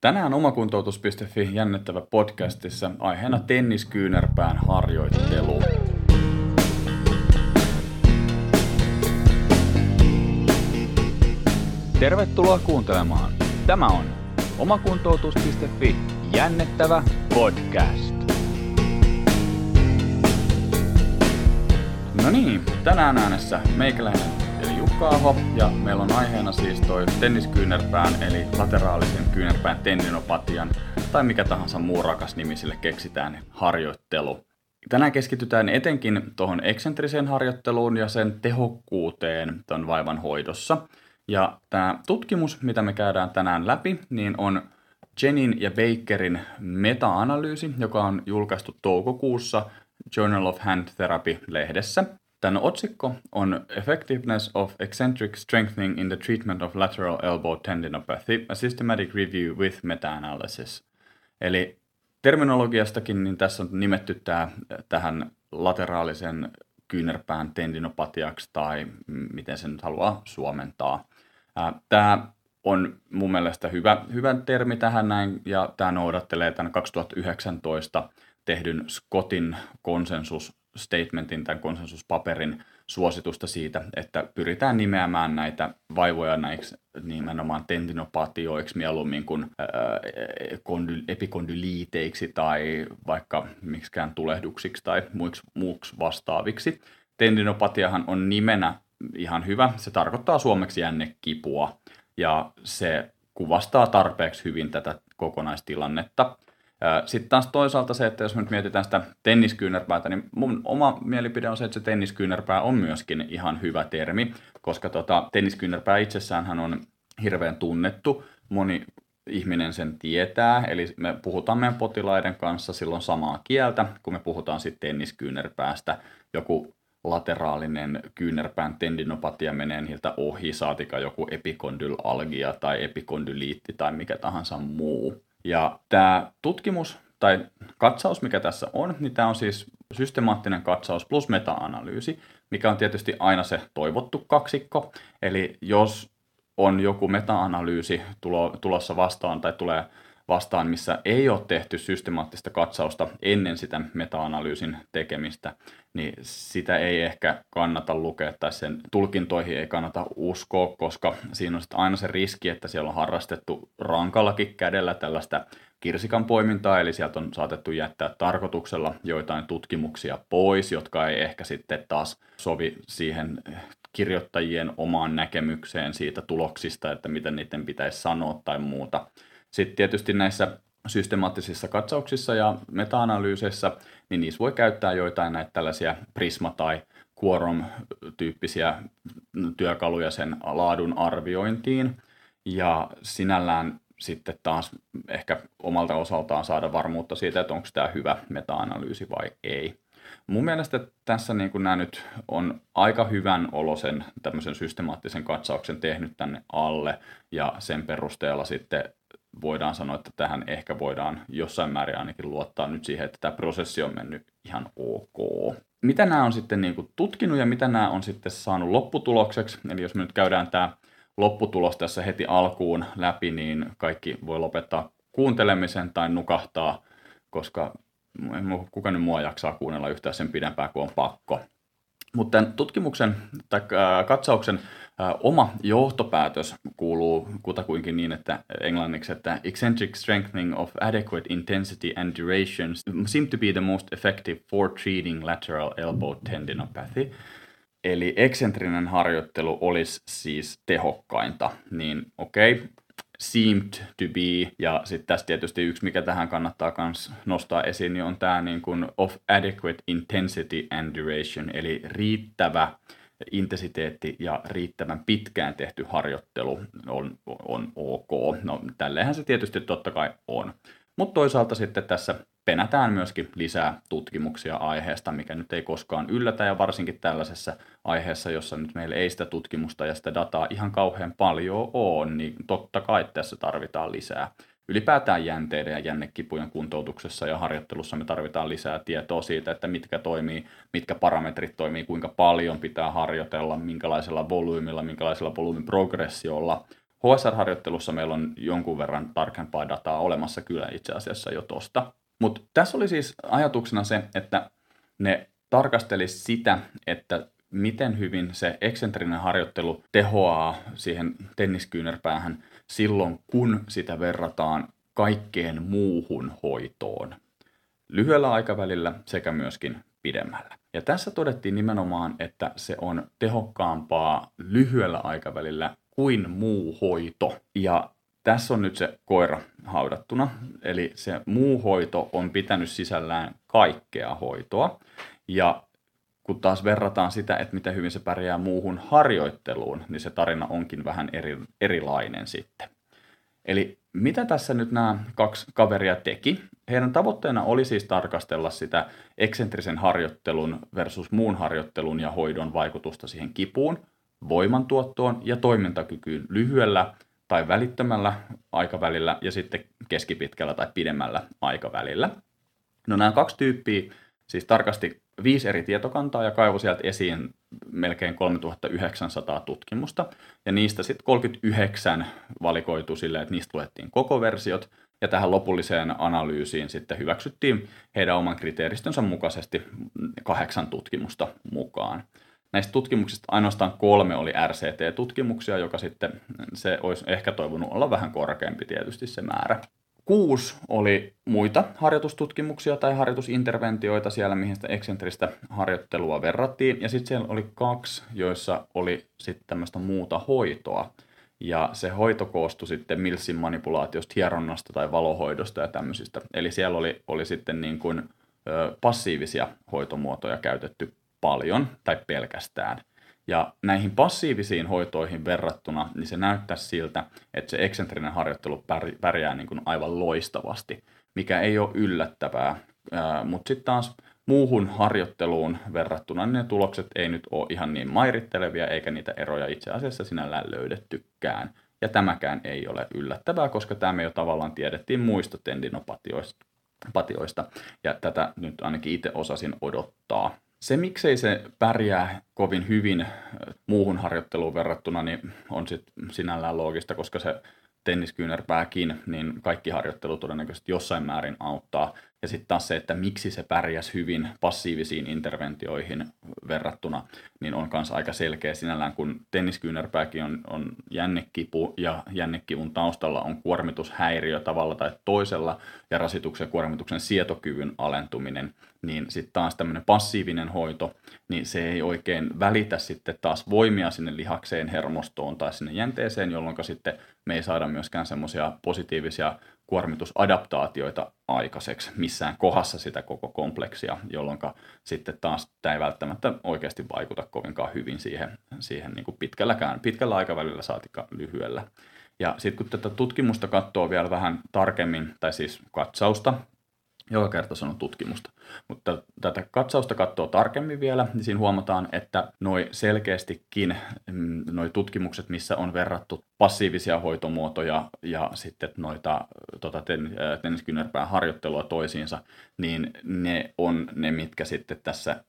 Tänään omakuntoutus.fi jännittävä podcastissa aiheena tenniskyynärpään harjoittelu. Tervetuloa kuuntelemaan. Tämä on omakuntoutus.fi jännittävä podcast. No niin, tänään äänessä meikäläinen eli Jukka Aho, ja meillä on aiheena siis toi tenniskyynärpään eli lateraalisen kyynärpään tendinopatian tai mikä tahansa muu rakas nimi sille keksitään harjoittelu. Tänään keskitytään etenkin tuohon eksentriseen harjoitteluun ja sen tehokkuuteen ton vaivan hoidossa. Ja tämä tutkimus, mitä me käydään tänään läpi, niin on Jenin ja Bakerin meta-analyysi, joka on julkaistu toukokuussa Journal of Hand Therapy-lehdessä. Tämän otsikko on Effectiveness of Eccentric Strengthening in the Treatment of Lateral Elbow Tendinopathy, a Systematic Review with Meta-Analysis. Eli terminologiastakin niin tässä on nimetty tähän lateraalisen kyynärpään tendinopatiaksi tai miten se nyt haluaa suomentaa. Tämä on mun mielestä hyvä termi tähän näin, ja tämä noudattelee tämän 2019 tehdyn Scottin konsensusstatementin, tämän konsensuspaperin suositusta siitä, että pyritään nimeämään näitä vaivoja näiksi nimenomaan tendinopatioiksi mieluummin kuin epikondyliiteiksi tai vaikka miksikään tulehduksiksi tai muuksi vastaaviksi. Tendinopatiahan on nimenä ihan hyvä. Se tarkoittaa suomeksi jännekipua ja se kuvastaa tarpeeksi hyvin tätä kokonaistilannetta. Sitten taas toisaalta se, että jos me nyt mietitään sitä tenniskyynärpäätä, niin mun oma mielipide on se, että se tenniskyynärpää on myöskin ihan hyvä termi, koska tenniskyynärpää itsessäänhän on hirveän tunnettu. Moni ihminen sen tietää, eli me puhutaan meidän potilaiden kanssa silloin samaa kieltä, kun me puhutaan sitten tenniskyynärpäästä. Joku lateraalinen kyynärpään tendinopatia menee niiltä ohi, saatika joku epikondylalgia tai epikondyliitti tai mikä tahansa muu. Ja tämä tutkimus tai katsaus, mikä tässä on, niin tämä on siis systemaattinen katsaus plus meta-analyysi, mikä on tietysti aina se toivottu kaksikko. Eli jos on joku meta-analyysi tulossa vastaan tai tulee vastaan, missä ei ole tehty systemaattista katsausta ennen sitä meta-analyysin tekemistä, niin sitä ei ehkä kannata lukea tai sen tulkintoihin ei kannata uskoa, koska siinä on aina se riski, että siellä on harrastettu rankallakin kädellä tällaista kirsikan poimintaa, eli sieltä on saatettu jättää tarkoituksella joitain tutkimuksia pois, jotka ei ehkä sitten taas sovi siihen kirjoittajien omaan näkemykseen siitä tuloksista, että mitä niiden pitäisi sanoa tai muuta. Sitten tietysti näissä systemaattisissa katsauksissa ja meta-analyyseissä, niin niissä voi käyttää joitain näitä tällaisia Prisma- tai Quorum-tyyppisiä työkaluja sen laadun arviointiin. Ja sinällään sitten taas ehkä omalta osaltaan saada varmuutta siitä, että onko tämä hyvä meta-analyysi vai ei. Mun mielestä tässä niin nämä nyt on aika hyvän olosen tämmöisen systemaattisen katsauksen tehnyt tänne alle, ja sen perusteella sitten voidaan sanoa, että tähän ehkä voidaan jossain määrin ainakin luottaa nyt siihen, että tämä prosessi on mennyt ihan ok. Mitä nämä on sitten niin kuin tutkinut ja mitä nämä on sitten saanut lopputulokseksi? Eli jos me nyt käydään tämä lopputulos tässä heti alkuun läpi, niin kaikki voi lopettaa kuuntelemisen tai nukahtaa, koska kuka nyt mua jaksaa kuunnella yhtään sen pidempään kuin on pakko. Mutta tämän tutkimuksen tai katsauksen oma johtopäätös kuuluu kutakuinkin niin, että englanniksi, että eccentric strengthening of adequate intensity and duration seem to be the most effective for treating lateral elbow tendinopathy. Eli eksentrinen harjoittelu olisi siis tehokkainta, niin okei. Seemed to be, ja sitten tässä tietysti yksi, mikä tähän kannattaa myös nostaa esiin, niin on tämä niin kuin of adequate intensity and duration, eli riittävä intensiteetti ja riittävän pitkään tehty harjoittelu on ok. No tälleenhän se tietysti totta kai on. Mutta toisaalta sitten tässä penätään myöskin lisää tutkimuksia aiheesta, mikä nyt ei koskaan yllätä, ja varsinkin tällaisessa aiheessa, jossa nyt meillä ei sitä tutkimusta ja sitä dataa ihan kauhean paljon ole, niin totta kai tässä tarvitaan lisää. Ylipäätään jänteiden ja jännekipujen kuntoutuksessa ja harjoittelussa me tarvitaan lisää tietoa siitä, että mitkä toimii, mitkä parametrit toimii, kuinka paljon pitää harjoitella, minkälaisella volyymilla, minkälaisella volyymiprogressiolla HSR-harjoittelussa meillä on jonkun verran tarkempaa dataa olemassa kyllä itse asiassa jo tosta. Mutta tässä oli siis ajatuksena se, että ne tarkastelisi sitä, että miten hyvin se eksentrinen harjoittelu tehoaa siihen tenniskyynärpäähän silloin, kun sitä verrataan kaikkeen muuhun hoitoon. Lyhyellä aikavälillä sekä myöskin pidemmällä. Ja tässä todettiin nimenomaan, että se on tehokkaampaa lyhyellä aikavälillä kuin muu hoito. Ja tässä on nyt se koira haudattuna. Eli se muu hoito on pitänyt sisällään kaikkea hoitoa. Ja kun taas verrataan sitä, että miten hyvin se pärjää muuhun harjoitteluun, niin se tarina onkin vähän erilainen sitten. Eli mitä tässä nyt nämä kaksi kaveria teki? Heidän tavoitteena oli siis tarkastella sitä eksentrisen harjoittelun versus muun harjoittelun ja hoidon vaikutusta siihen kipuun, voimantuottoon ja toimintakykyyn lyhyellä tai välittömällä aikavälillä ja sitten keskipitkällä tai pidemmällä aikavälillä. No nämä kaksi tyyppiä siis tarkasti 5 eri tietokantaa ja kaivoi sieltä esiin melkein 3900 tutkimusta. Ja niistä sitten 39 valikoitu silleen, että niistä luettiin koko versiot. Ja tähän lopulliseen analyysiin sitten hyväksyttiin heidän oman kriteeristönsä mukaisesti 8 tutkimusta mukaan. Näistä tutkimuksista ainoastaan 3 oli RCT-tutkimuksia, joka sitten se olisi ehkä toivonut olla vähän korkeampi tietysti se määrä. 6 oli muita harjoitustutkimuksia tai harjoitusinterventioita siellä, mihin sitä eksentristä harjoittelua verrattiin. Ja sitten siellä oli 2, joissa oli sitten tämmöistä muuta hoitoa. Ja se hoito koostui sitten Millsin manipulaatiosta, hieronnasta tai valohoidosta ja tämmöisistä. Eli siellä oli sitten niin kuin passiivisia hoitomuotoja käytetty paljon tai pelkästään. Ja näihin passiivisiin hoitoihin verrattuna, niin se näyttää siltä, että se eksentrinen harjoittelu pärjää niin kuin aivan loistavasti, mikä ei ole yllättävää. Mutta sitten taas muuhun harjoitteluun verrattuna niin ne tulokset ei nyt ole ihan niin mairittelevia, eikä niitä eroja itse asiassa sinällään löydettykään. Ja tämäkään ei ole yllättävää, koska tämä me jo tavallaan tiedettiin muista tendinopatioista, ja tätä nyt ainakin itse osasin odottaa. Se, miksei se pärjää kovin hyvin muuhun harjoitteluun verrattuna, niin on sitten sinällään loogista, koska se tenniskyynärpääkin, niin kaikki harjoittelu todennäköisesti jossain määrin auttaa. Ja sitten taas se, että miksi se pärjäsi hyvin passiivisiin interventioihin verrattuna, niin on myös aika selkeä sinällään, kun tenniskyynärpääkin on jännekipu ja jännekivun taustalla on kuormitushäiriö tavalla tai toisella ja rasituksen ja kuormituksen sietokyvyn alentuminen, niin sitten taas tämmöinen passiivinen hoito, niin se ei oikein välitä sitten taas voimia sinne lihakseen, hermostoon tai sinne jänteeseen, jolloin sitten me ei saada myöskään semmoisia positiivisia kuormitusadaptaatioita aikaiseksi missään kohdassa sitä koko kompleksia, jolloin sitten taas tämä ei välttämättä oikeasti vaikuta kovinkaan hyvin siihen niin kuin pitkällä aikavälillä saatika lyhyellä. Ja sitten kun tätä tutkimusta katsoo vielä vähän tarkemmin, tai siis katsausta, joka kerta sanon tutkimusta, mutta tätä katsausta katsoo tarkemmin vielä, niin siinä huomataan, että noi selkeästikin noi tutkimukset, missä on verrattu passiivisia hoitomuotoja ja sitten noita tenniskyynärpään harjoittelua toisiinsa, niin ne on ne, mitkä sitten tässä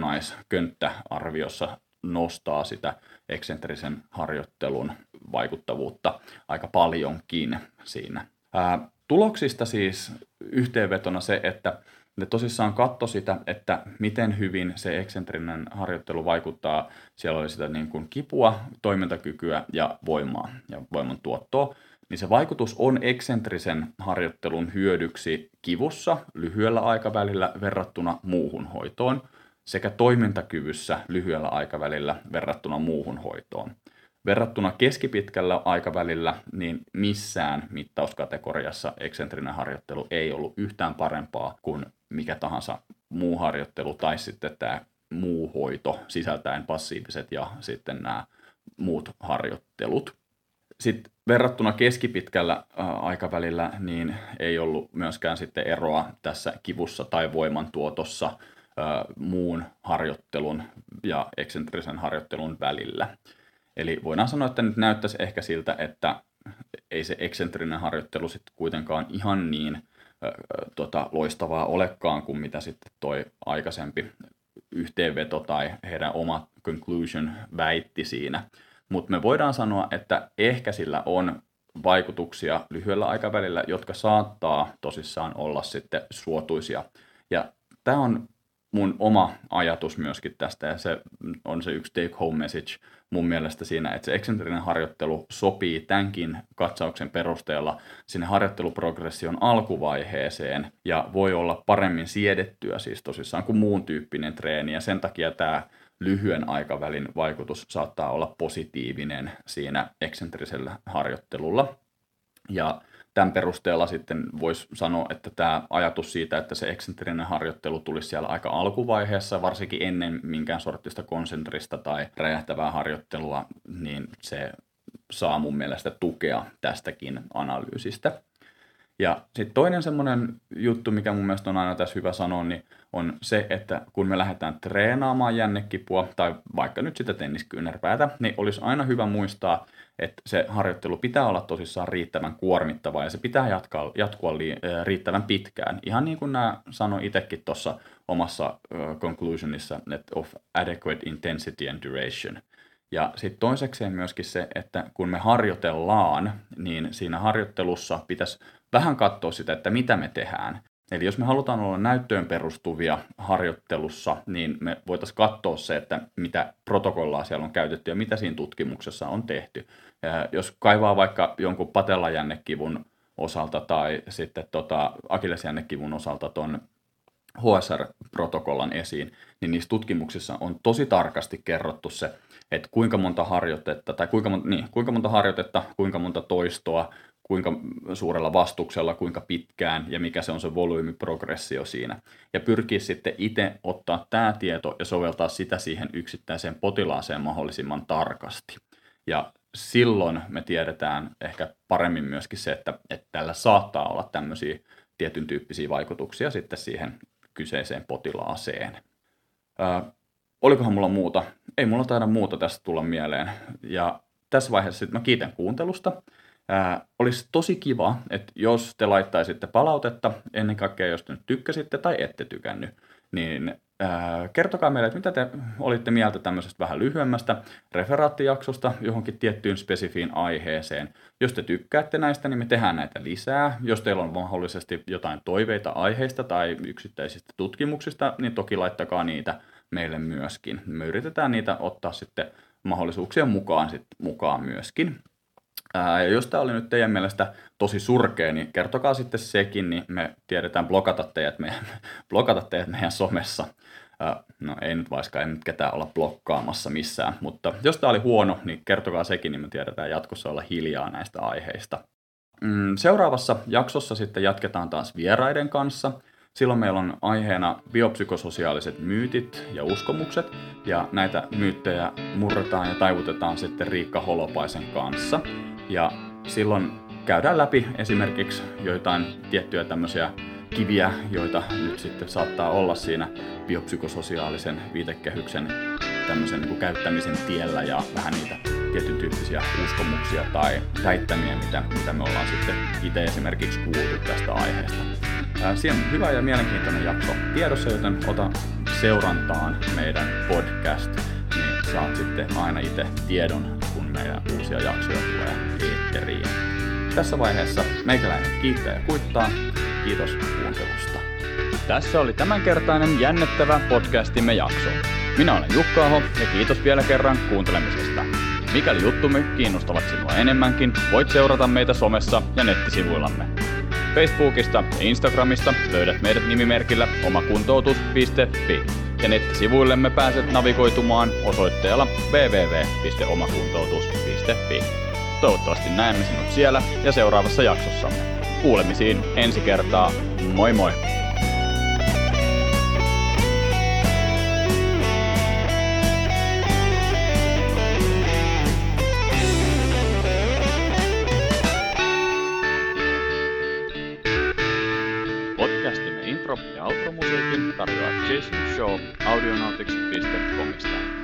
kokonaiskönttäarviossa nostaa sitä eksentrisen harjoittelun vaikuttavuutta aika paljonkin siinä. Tuloksista siis yhteenvetona se, että ne tosissaan katso sitä, että miten hyvin se eksentrinen harjoittelu vaikuttaa. Siellä oli sitä niin kuin kipua, toimintakykyä ja voimaa ja voiman tuottoa. Niin se vaikutus on eksentrisen harjoittelun hyödyksi kivussa lyhyellä aikavälillä verrattuna muuhun hoitoon sekä toimintakyvyssä lyhyellä aikavälillä verrattuna muuhun hoitoon. Verrattuna keskipitkällä aikavälillä, niin missään mittauskategoriassa eksentrinen harjoittelu ei ollut yhtään parempaa kuin mikä tahansa muu harjoittelu tai sitten tämä muu hoito sisältäen passiiviset ja sitten nämä muut harjoittelut. Sitten verrattuna keskipitkällä aikavälillä niin ei ollut myöskään sitten eroa tässä kivussa tai voimantuotossa muun harjoittelun ja eksentrisen harjoittelun välillä. Eli voidaan sanoa, että nyt näyttäisi ehkä siltä, että ei se eksentrinen harjoittelu sitten kuitenkaan ihan niin loistavaa olekaan kuin mitä sitten toi aikaisempi yhteenveto tai heidän oma conclusion väitti siinä. mutta me voidaan sanoa, että ehkä sillä on vaikutuksia lyhyellä aikavälillä, jotka saattaa tosissaan olla sitten suotuisia. Ja tämä on mun oma ajatus myöskin tästä, ja se on se yksi take home message mun mielestä siinä, että se eksentrinen harjoittelu sopii tämänkin katsauksen perusteella sinne harjoitteluprogression alkuvaiheeseen, ja voi olla paremmin siedettyä siis tosissaan kuin muun tyyppinen treeni, ja sen takia tämä lyhyen aikavälin vaikutus saattaa olla positiivinen siinä eksentrisellä harjoittelulla. Ja tämän perusteella sitten voisi sanoa, että tämä ajatus siitä, että se eksentrinen harjoittelu tulisi siellä aika alkuvaiheessa, varsinkin ennen minkään sortista konsentrista tai räjähtävää harjoittelua, niin se saa mun mielestä tukea tästäkin analyysistä. Ja sitten toinen semmoinen juttu, mikä mun mielestä on aina tässä hyvä sanoa, niin on se, että kun me lähdetään treenaamaan jännekipua tai vaikka nyt sitä tenniskyynärpäätä, niin olisi aina hyvä muistaa, että se harjoittelu pitää olla tosissaan riittävän kuormittavaa ja se pitää jatkua riittävän pitkään. Ihan niin kuin nämä sanoi itsekin tuossa omassa conclusionissa, että of adequate intensity and duration. Ja sitten toisekseen myöskin se, että kun me harjoitellaan, niin siinä harjoittelussa pitäisi vähän katsoa sitä, että mitä me tehdään. Eli jos me halutaan olla näyttöön perustuvia harjoittelussa, niin me voitaisiin katsoa se, että mitä protokollaa siellä on käytetty ja mitä siinä tutkimuksessa on tehty. Ja jos kaivaa vaikka jonkun patellajännekivun osalta tai sitten akillesjännekivun osalta ton HSR-protokollan esiin, niin niissä tutkimuksissa on tosi tarkasti kerrottu se, että kuinka monta harjoitetta, kuinka monta toistoa, kuinka suurella vastuksella, kuinka pitkään ja mikä se on se volyymiprogressio siinä. Ja pyrkii sitten itse ottaa tämä tieto ja soveltaa sitä siihen yksittäiseen potilaaseen mahdollisimman tarkasti. Ja silloin me tiedetään ehkä paremmin myöskin se, että tällä saattaa olla tämmöisiä tietyn tyyppisiä vaikutuksia sitten siihen kyseiseen potilaaseen. Olikohan mulla muuta? Ei mulla taida muuta tästä tulla mieleen. Ja tässä vaiheessa sitten mä kiitän kuuntelusta. Olisi tosi kiva, että jos te laittaisitte palautetta, ennen kaikkea jos te nyt tykkäsitte tai ette tykännyt, niin kertokaa meille, että mitä te olitte mieltä tämmöisestä vähän lyhyemmästä referaattijaksosta johonkin tiettyyn spesifiin aiheeseen. Jos te tykkäätte näistä, niin me tehdään näitä lisää. Jos teillä on mahdollisesti jotain toiveita aiheista tai yksittäisistä tutkimuksista, niin toki laittakaa niitä meille myöskin. Me yritetään niitä ottaa sitten mahdollisuuksien mukaan myöskin. Ja jos tämä oli nyt teidän mielestä tosi surkea, niin kertokaa sitten sekin, niin me tiedetään blokata teidät meidän somessa. No ei nyt vaikka, ei nyt ketään olla blokkaamassa missään, mutta jos tämä oli huono, niin kertokaa sekin, niin me tiedetään jatkossa olla hiljaa näistä aiheista. Seuraavassa jaksossa sitten jatketaan taas vieraiden kanssa. Silloin meillä on aiheena biopsykososiaaliset myytit ja uskomukset, ja näitä myyttejä murretaan ja taivutetaan sitten Riikka Holopaisen kanssa. Ja silloin käydään läpi esimerkiksi joitain tiettyjä tämmöisiä kiviä, joita nyt sitten saattaa olla siinä biopsykososiaalisen viitekehyksen tämmöisen niin kuin käyttämisen tiellä ja vähän niitä tietyn tyyppisiä uskomuksia tai väittämiä, mitä me ollaan sitten itse esimerkiksi kuultu tästä aiheesta. Siinä on hyvä ja mielenkiintoinen jakso tiedossa, joten ota seurantaan meidän podcast, niin saat sitten aina itse tiedon, kun meidän uusia jaksoja tulee eetteriin. Tässä vaiheessa meikäläinen kiittää ja kuittaa. Kiitos kuuntelusta. Tässä oli tämänkertainen jännittävä podcastimme jakso. Minä olen Jukka Aho ja kiitos vielä kerran kuuntelemisesta. Mikäli juttumme kiinnostavat sinua enemmänkin, voit seurata meitä somessa ja nettisivuillamme. Facebookista ja Instagramista löydät meidät nimimerkillä omakuntoutus.fi ja nettisivuillemme pääset navigoitumaan osoitteella www.omakuntoutus.fi. Toivottavasti näemme sinut siellä ja seuraavassa jaksossamme. Kuulemisiin ensi kertaa. Moi moi! Podcastimme intro- ja outro-musiikin tarjoaa Jason Shaw audionautics.comista.